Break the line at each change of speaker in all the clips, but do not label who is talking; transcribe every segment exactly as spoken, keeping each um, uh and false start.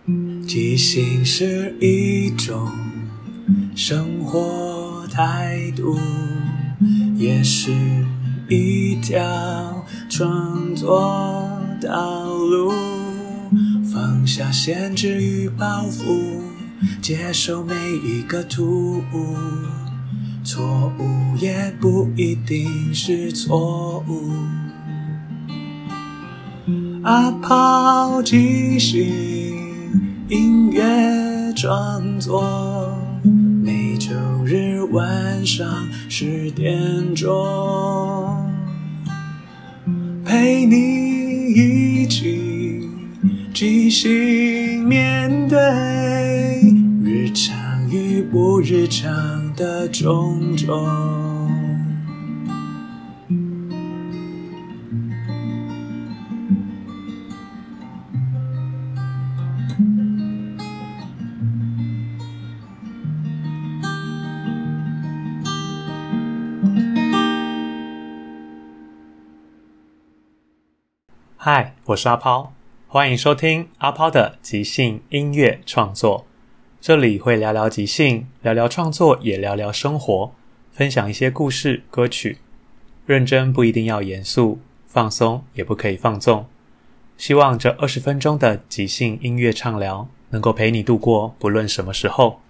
即兴是一种生活态度，也是一条创作道路。放下限制与包袱，接受每一个突兀，错误也不一定是错误。阿抛即兴音乐创作，每周日晚上十点钟，陪你一起即兴面对日常与不日常的种种。
嗨，我是阿抛，欢迎收听阿抛的即兴音乐创作。这里会聊聊即兴，聊聊创作，也聊聊生活，分享一些故事、歌曲。认真不一定要严肃，放松也不可以放纵。希望这二十分钟的即兴音乐畅聊能够陪你度过不论什么时候。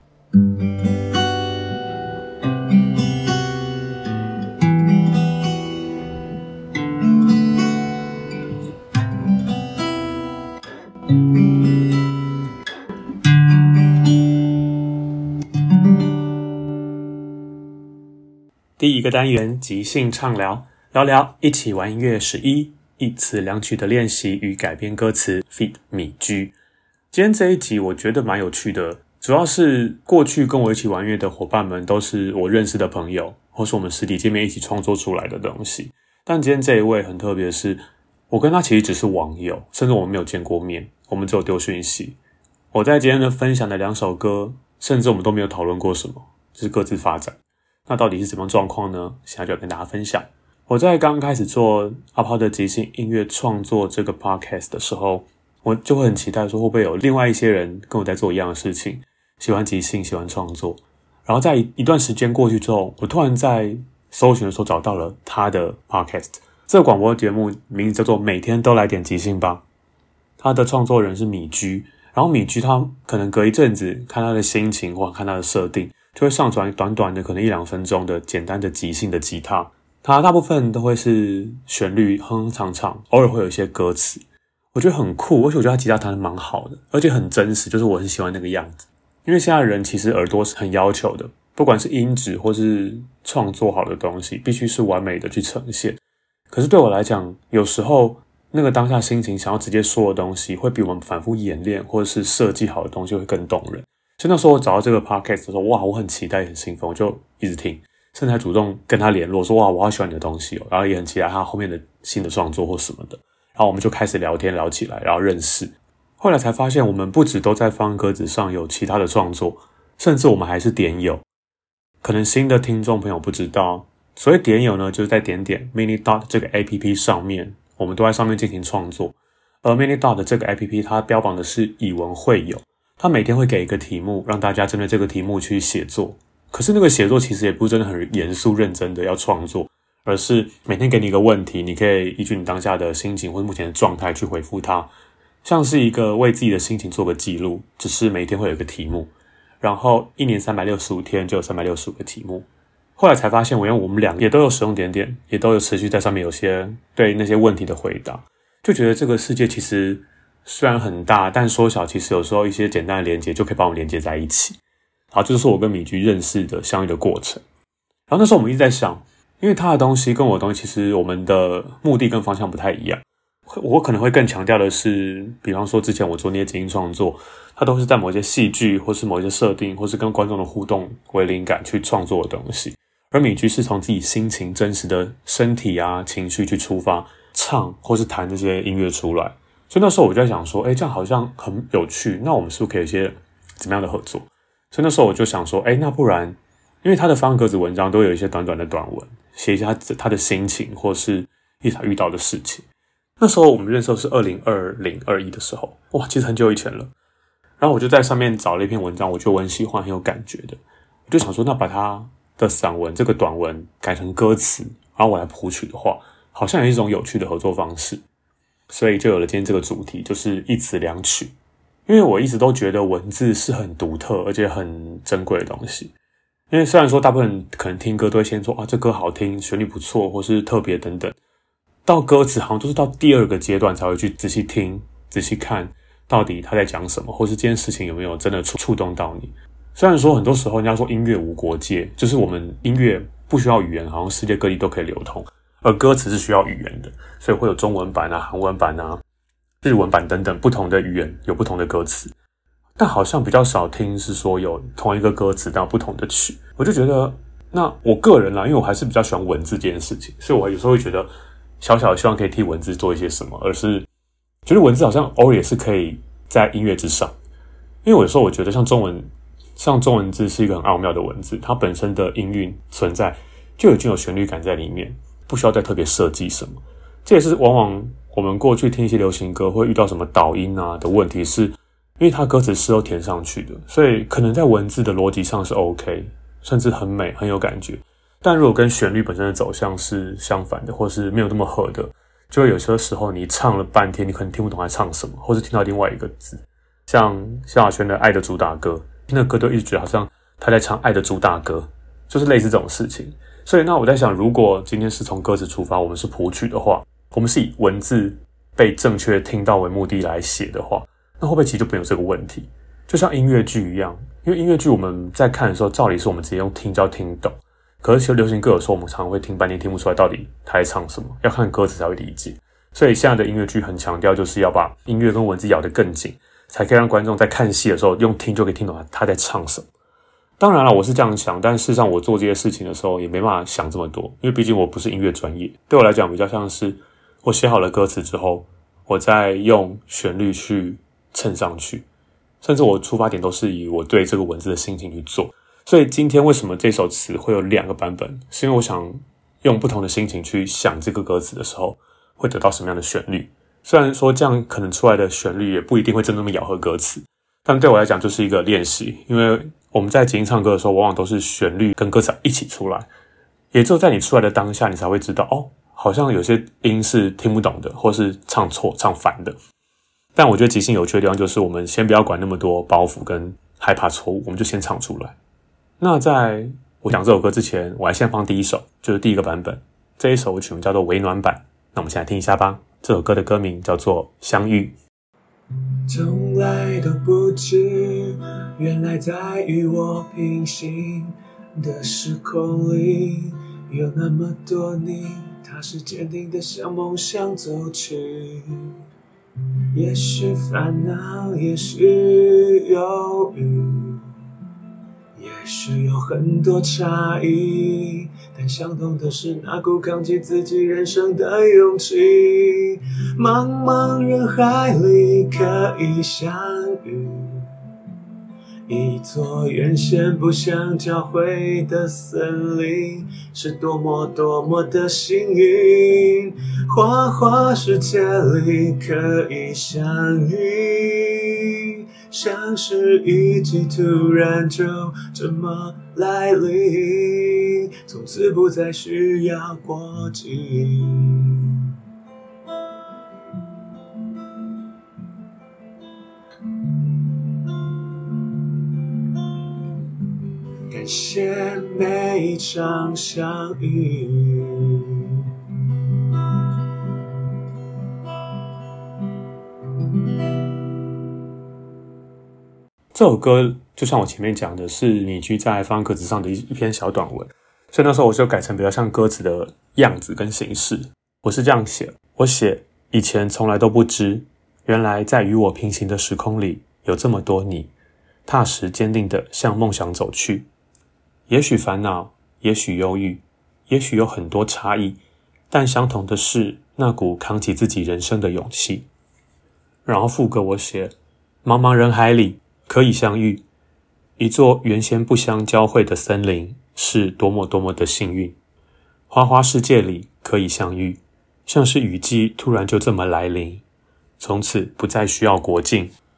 第一个单元即兴畅聊，聊聊一起玩音乐十一，一词两曲的练习与改编歌词 feat. 米居。今天这一集我觉得蛮有趣的，主要是过去跟我一起玩乐的伙伴们都是我认识的朋友，或是我们实体见面一起创作出来的东西。但今天这一位很特别的是，我跟他其实只是网友，甚至我们没有见过面，我们只有丢讯息。我在今天的分享的两首歌，甚至我们都没有讨论过什么，就是各自发展。那到底是什么状况呢？现在就要跟大家分享。我在刚开始做阿抛的即兴音乐创作这个 podcast 的时候，我就会很期待说会不会有另外一些人跟我在做一样的事情，喜欢即兴，喜欢创作。然后在一段时间过去之后，我突然在搜寻的时候找到了他的 podcast。这个广播节目名字叫做每天都来点即兴吧。他的创作人是米居，然后米居他可能隔一阵子看他的心情或看他的设定，就会上传短短的可能一两分钟的简单的即兴的吉他，它大部分都会是旋律哼哼唱唱，偶尔会有一些歌词，我觉得很酷，而且我觉得他吉他弹得蛮好的，而且很真实，就是我很喜欢那个样子。因为现在的人其实耳朵是很要求的，不管是音质或是创作好的东西，必须是完美的去呈现。可是对我来讲，有时候那个当下心情想要直接说的东西，会比我们反复演练或者是设计好的东西会更动人。所以那时候我找到这个 podcast 的时候，哇，我很期待，很兴奋，我就一直听，甚至还主动跟他联络说，哇，我好喜欢你的东西哦，然后也很期待他后面的新的创作或什么的。然后我们就开始聊天聊起来，然后认识。后来才发现，我们不只都在方格子上有其他的创作，甚至我们还是点友。可能新的听众朋友不知道，所谓点友呢，就是在点点 Minidot 这个 A P P 上面，我们都在上面进行创作。而 Minidot 这个 A P P 它标榜的是以文会友，它每天会给一个题目，让大家针对这个题目去写作。可是那个写作其实也不是真的很严肃认真的要创作，而是每天给你一个问题，你可以依据你当下的心情或目前的状态去回复它，像是一个为自己的心情做个记录，只是每天会有一个题目，然后一年三百六十五天就有三百六十五个题目。后来才发现，我因为我们俩也都有使用点点，也都有持续在上面有些对那些问题的回答，就觉得这个世界其实虽然很大，但缩小其实有时候一些简单的连结就可以把我们连接在一起。好，这就是我跟米居认识的相遇的过程。然后那时候我们一直在想，因为他的东西跟我的东西其实我们的目的跟方向不太一样。我可能会更强调的是，比方说之前我做那些即兴创作，它都是在某些戏剧或是某些设定或是跟观众的互动为灵感去创作的东西。而米居是从自己心情真实的身体啊情绪去出发，唱或是弹这些音乐出来。所以那时候我就在想说，诶，这样好像很有趣，那我们是不是可以有一些怎么样的合作？所以那时候我就想说，诶，那不然因为他的方格子文章都有一些短短的短文，写一下他的心情或是一场遇到的事情。那时候我们认识是二零二零、二一的时候，哇，其实很久以前了。 然后我就在上面找了一篇文章，我觉得我很喜欢，很有感觉的，我就想说，那把它的散文这个短文改成歌词，然后我来谱曲的话，好像有一种有趣的合作方式，所以就有了今天这个主题，就是一词两曲。因为我一直都觉得文字是很独特而且很珍贵的东西。因为虽然说大部分人可能听歌都会先说啊，这歌好听，旋律不错，或是特别等等，到歌词好像都是到第二个阶段才会去仔细听、仔细看到底他在讲什么，或是这件事情有没有真的触触动到你。虽然说很多时候人家说音乐无国界，就是我们音乐不需要语言，好像世界各地都可以流通，而歌词是需要语言的，所以会有中文版啊、韩文版啊、日文版等等不同的语言有不同的歌词。但好像比较少听是说有同一个歌词但有不同的曲。我就觉得，那我个人啦，因为我还是比较喜欢文字这件事情，所以我有时候会觉得小小的希望可以替文字做一些什么，而是觉得文字好像偶尔也是可以在音乐之上。因为有时候我觉得像中文像中文字是一个很奥妙的文字，它本身的音韵存在就已经有旋律感在里面，不需要再特别设计什么。这也是往往我们过去听一些流行歌会遇到什么导音啊的问题，是因为它歌词是都填上去的，所以可能在文字的逻辑上是 OK， 甚至很美很有感觉，但如果跟旋律本身的走向是相反的，或是没有那么合的，就会有些时候你唱了半天你可能听不懂他唱什么，或是听到另外一个字。像萧亚轩的《爱的主打歌》，听的歌都一直觉得好像他在唱爱的主打歌，就是类似这种事情。所以那我在想，如果今天是从歌词出发，我们是谱曲的话，我们是以文字被正确听到为目的来写的话，那会不会其实就没有这个问题？就像音乐剧一样，因为音乐剧我们在看的时候，照理是我们直接用听就要听懂，可是其实流行歌有时候我们常常会听半天听不出来到底他在唱什么，要看歌词才会理解。所以现在的音乐剧很强调就是要把音乐跟文字咬得更紧，才可以让观众在看戏的时候用听就可以听懂他在唱什么。当然了，我是这样想，但事实上我做这些事情的时候也没办法想这么多，因为毕竟我不是音乐专业。对我来讲比较像是我写好了歌词之后，我再用旋律去衬上去，甚至我出发点都是以我对这个文字的心情去做。所以今天为什么这首词会有两个版本，是因为我想用不同的心情去想这个歌词的时候会得到什么样的旋律。虽然说这样可能出来的旋律也不一定会真的那么咬合歌词，但对我来讲就是一个练习。因为我们在即兴唱歌的时候往往都是旋律跟歌词一起出来，也只有在你出来的当下你才会知道，哦，好像有些音是听不懂的，或是唱错唱反的。但我觉得即兴有趣的地方就是我们先不要管那么多包袱跟害怕错误，我们就先唱出来。那在我讲这首歌之前，我还先放第一首，就是第一个版本。这一首曲名叫做微暖版，那我们先来听一下吧。这首歌的歌名叫做相遇。
从来都不知，原来在与我平行的时空里，有那么多你，它是坚定的向梦想走去。也许烦恼，也许忧郁，也许有很多差异，但相同的是那股扛起自己人生的勇气。茫茫人海里可以相遇，一座原先不想交汇的森林，是多么多么的幸运。花花世界里可以相遇，像是一季突然就这么来临，从此不再需要国境。感谢每一场相遇。
这首歌就像我前面讲的，是米居在方格子上的一篇小短文，所以那时候我就改成比较像歌词的样子跟形式。我是这样写，我写以前从来都不知，原来在与我平行的时空里有这么多你，踏实坚定地向梦想走去。也许烦恼，也许忧郁，也许有很多差异，但相同的是那股扛起自己人生的勇气。然后副歌我写，茫茫人海里可以相遇，一座原先不相交汇的森林，是多么多么的幸运。花花世界里可以相遇，像是雨季突然就这么来临，从此不再需要国境。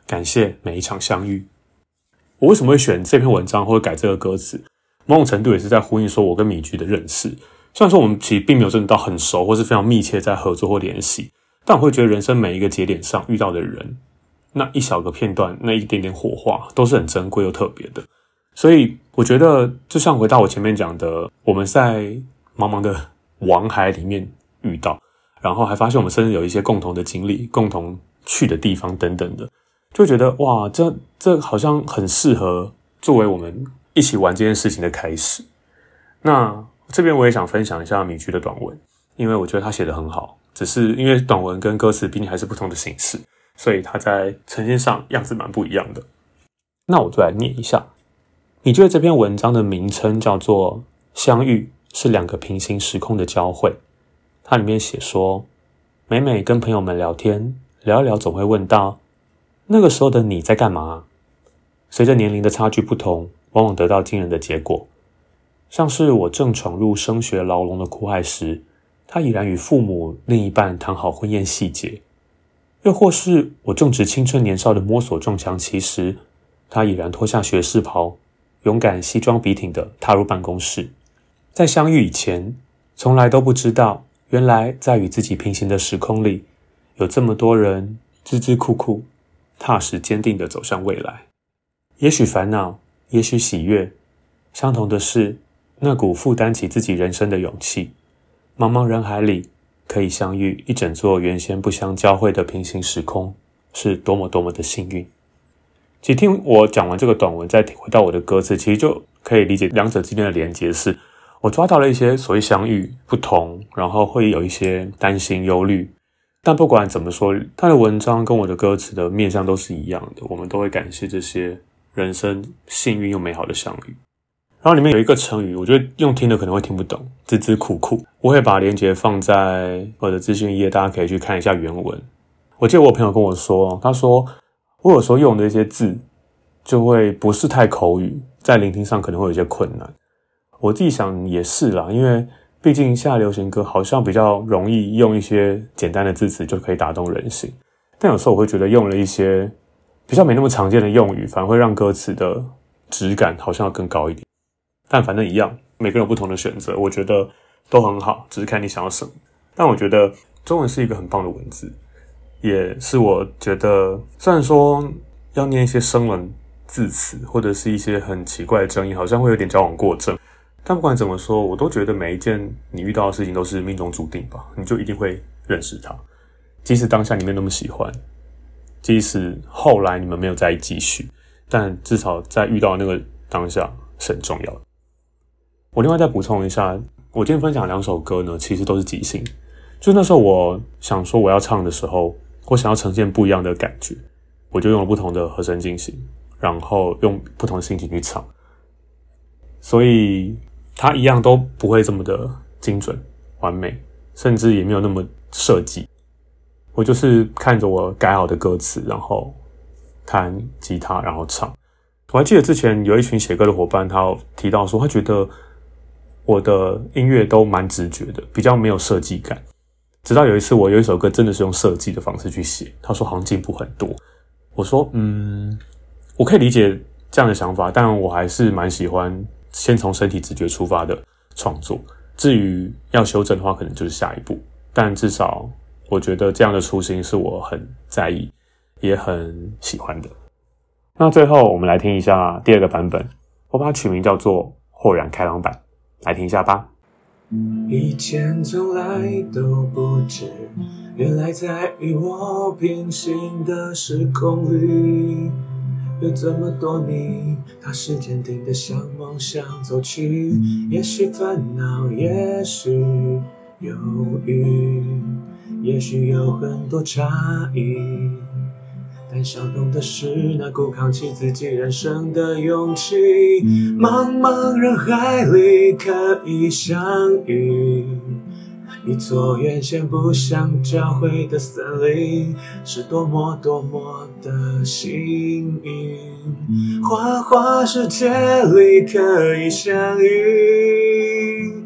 感谢每一场相遇。我为什么会选这篇文章或者改这个歌词？某种程度也是在呼应说我跟米居的认识。虽然说我们其实并没有真的到很熟，或是非常密切在合作或联系，但我会觉得人生每一个节点上遇到的人，那一小个片段，那一点点火花，都是很珍贵又特别的。所以我觉得，就像回到我前面讲的，我们在茫茫的网海里面遇到，然后还发现我们甚至有一些共同的经历、共同去的地方等等的，就觉得哇，这这好像很适合作为我们一起玩这件事情的开始。那这边我也想分享一下米居的短文，因为我觉得他写得很好，只是因为短文跟歌词毕竟还是不同的形式，所以他在呈现上样子蛮不一样的。那我就来念一下。米居的这篇文章的名称叫做相遇是两个平行时空的交汇。它里面写说，每每跟朋友们聊天，聊一聊总会问到，那个时候的你在干嘛？随着年龄的差距不同，往往得到惊人的结果。像是我正闯入升学牢笼的苦海时，他已然与父母另一半谈好婚宴细节；又或是我正值青春年少的摸索撞墙期时，他已然脱下学士袍，勇敢西装笔挺地踏入办公室。在相遇以前，从来都不知道，原来在与自己平行的时空里，有这么多人孜孜酷酷，踏实坚定地走向未来。也许烦恼，也许喜悦，相同的是那股负担起自己人生的勇气。茫茫人海里，可以相遇一整座原先不相交汇的平行时空，是多么多么的幸运。其实听我讲完这个短文，再回到我的歌词，其实就可以理解两者之间的连结是，我抓到了一些所谓相遇不同，然后会有一些担心忧虑，但不管怎么说，他的文章跟我的歌词的面向都是一样的，我们都会感谢这些人生幸运又美好的相遇。然后里面有一个成语，我觉得用听的可能会听不懂，孜孜酷酷。我会把连结放在我的资讯页，大家可以去看一下原文。我记得我有朋友跟我说，他说我有时候用的一些字就会不是太口语，在聆听上可能会有一些困难。我自己想也是啦，因为毕竟现在流行歌好像比较容易用一些简单的字词就可以打动人心，但有时候我会觉得用了一些比较没那么常见的用语，反而会让歌词的质感好像要更高一点。但反正一样，每个人有不同的选择，我觉得都很好，只是看你想要什么。但我觉得中文是一个很棒的文字，也是我觉得虽然说要念一些生冷字词或者是一些很奇怪的争议，好像会有点矫枉过正，但不管怎么说，我都觉得每一件你遇到的事情都是命中注定吧，你就一定会认识它。即使当下你没那么喜欢，即使后来你们没有再继续，但至少在遇到那个当下是很重要的。我另外再补充一下，我今天分享两首歌呢，其实都是即兴。就那时候我想说我要唱的时候，我想要呈现不一样的感觉，我就用了不同的和声进行，然后用不同的心情去唱，所以它一样都不会这么的精准完美，甚至也没有那么设计。我就是看着我改好的歌词，然后弹吉他，然后唱。我还记得之前有一群写歌的伙伴，他有提到说他觉得我的音乐都蛮直觉的，比较没有设计感。直到有一次我有一首歌真的是用设计的方式去写，他说好像进步很多。我说嗯，我可以理解这样的想法，但我还是蛮喜欢先从身体直觉出发的创作。至于要修正的话，可能就是下一步。但至少我觉得这样的初心是我很在意，也很喜欢的。那最后我们来听一下第二个版本，我把它取名叫做豁然开朗版，来听一下吧。
以前从来都不知，原来在与我平行的时空里，有这么多你，踏实坚定地向梦想走去。也许烦恼，也许犹豫，也许有很多差异，但相同的是那股扛起自己人生的勇气。茫茫人海里可以相遇，一座原先不相交汇的森林，是多么多么的幸运。花花世界里可以相遇，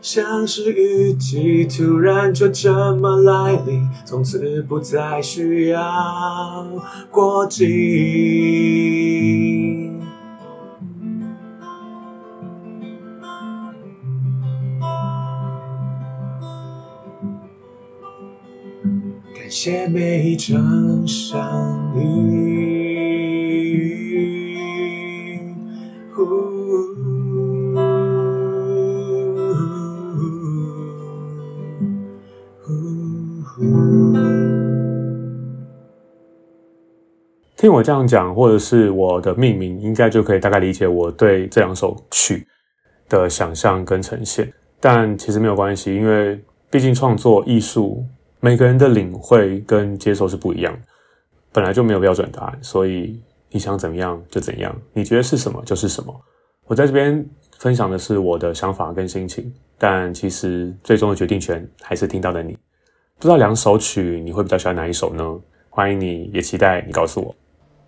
像是雨季突然就这么来临，从此不再需要过境。感谢每一场相遇，
听我这样讲，或者是我的命名，应该就可以大概理解我对这两首曲的想象跟呈现。但其实没有关系，因为毕竟创作艺术，每个人的领会跟接受是不一样的，本来就没有标准答案，所以你想怎么样就怎样，你觉得是什么就是什么。我在这边分享的是我的想法跟心情，但其实最终的决定权还是听到的你。不知道两首曲你会比较喜欢哪一首呢？欢迎你，也期待你告诉我。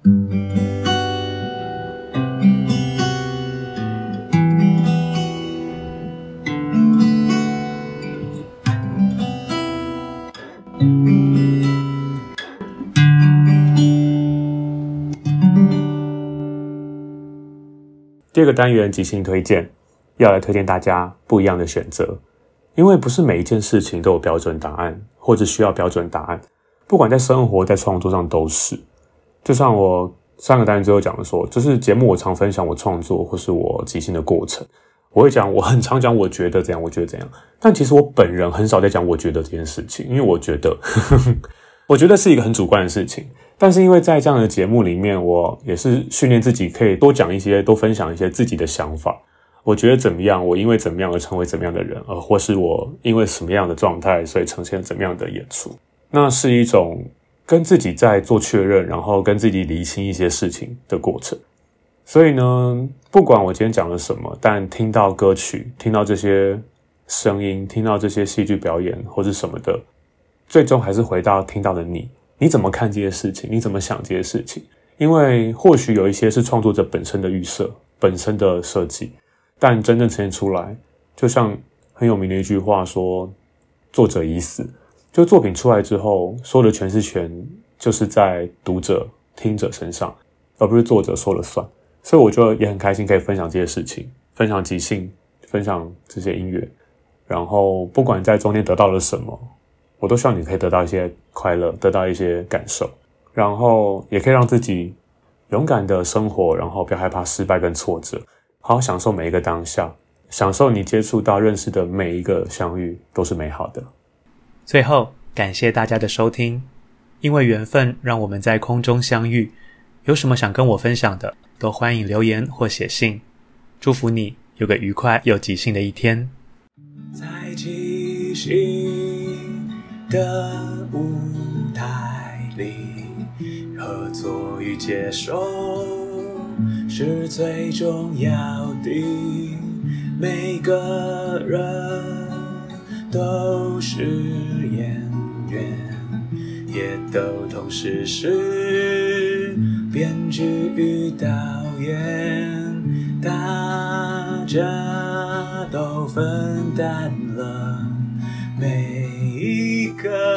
第二个单元即兴推荐，要来推荐大家不一样的选择，因为不是每一件事情都有标准答案，或者需要标准答案，不管在生活在创作上都是。就像我上个单元最后讲的说，就是节目我常分享我创作或是我即兴的过程，我会讲，我很常讲我觉得怎样，我觉得怎样，但其实我本人很少在讲我觉得这件事情，因为我觉得呵呵我觉得是一个很主观的事情，但是因为在这样的节目里面，我也是训练自己可以多讲一些，多分享一些自己的想法，我觉得怎么样，我因为怎么样而成为怎么样的人，而或是我因为什么样的状态所以呈现怎么样的演出，那是一种跟自己在做确认，然后跟自己厘清一些事情的过程。所以呢，不管我今天讲了什么，但听到歌曲，听到这些声音，听到这些戏剧表演或是什么的，最终还是回到听到的你，你怎么看这些事情，你怎么想这些事情。因为或许有一些是创作者本身的预设，本身的设计，但真正呈现出来，就像很有名的一句话说，作者已死，就作品出来之后，所有的诠释权就是在读者听者身上，而不是作者说了算。所以我就也很开心可以分享这些事情，分享即兴，分享这些音乐，然后不管在中间得到了什么，我都希望你可以得到一些快乐，得到一些感受，然后也可以让自己勇敢的生活，然后不要害怕失败跟挫折，好好享受每一个当下，享受你接触到认识的每一个相遇都是美好的。
最后感谢大家的收听，因为缘分让我们在空中相遇，有什么想跟我分享的都欢迎留言或写信，祝福你有个愉快又即兴的一天。在即兴的舞台里，合作与接受是最重要的，每个人都是演员，也都同时是编剧与导演，大家都分担了每一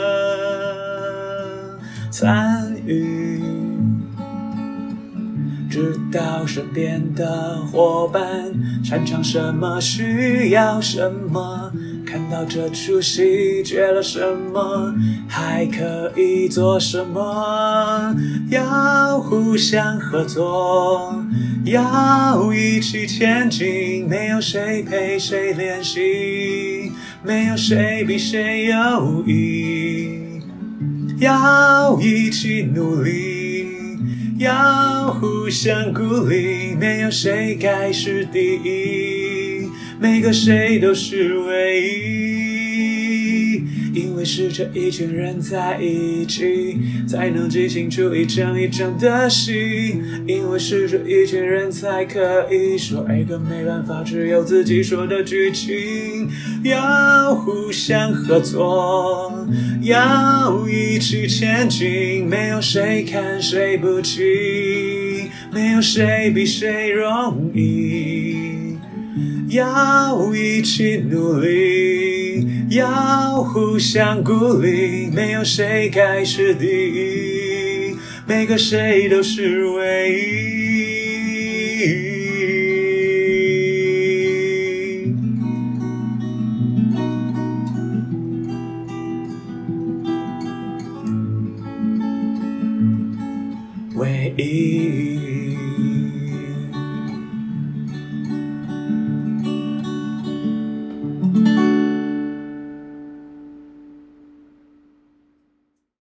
个参与，知道身边的伙伴擅长什么，需要什么，看到这出戏缺了什么，还可以做什么，要互相合作，要一起前进，没有谁陪谁练习，没有谁比谁优异，要一起努力，要互相鼓励，没有谁该是第一，每个谁都是唯一，因为是这一群人在一起，才能即兴出一场一场的戏，因为是这一群人才可以说一个没办法只有自己说的剧情，要互相合作，要一起前进，没有谁看谁不起，没有谁比谁容易， 要一起努力，要互相鼓励，没有谁该是第一，每个谁都是唯一。唯一。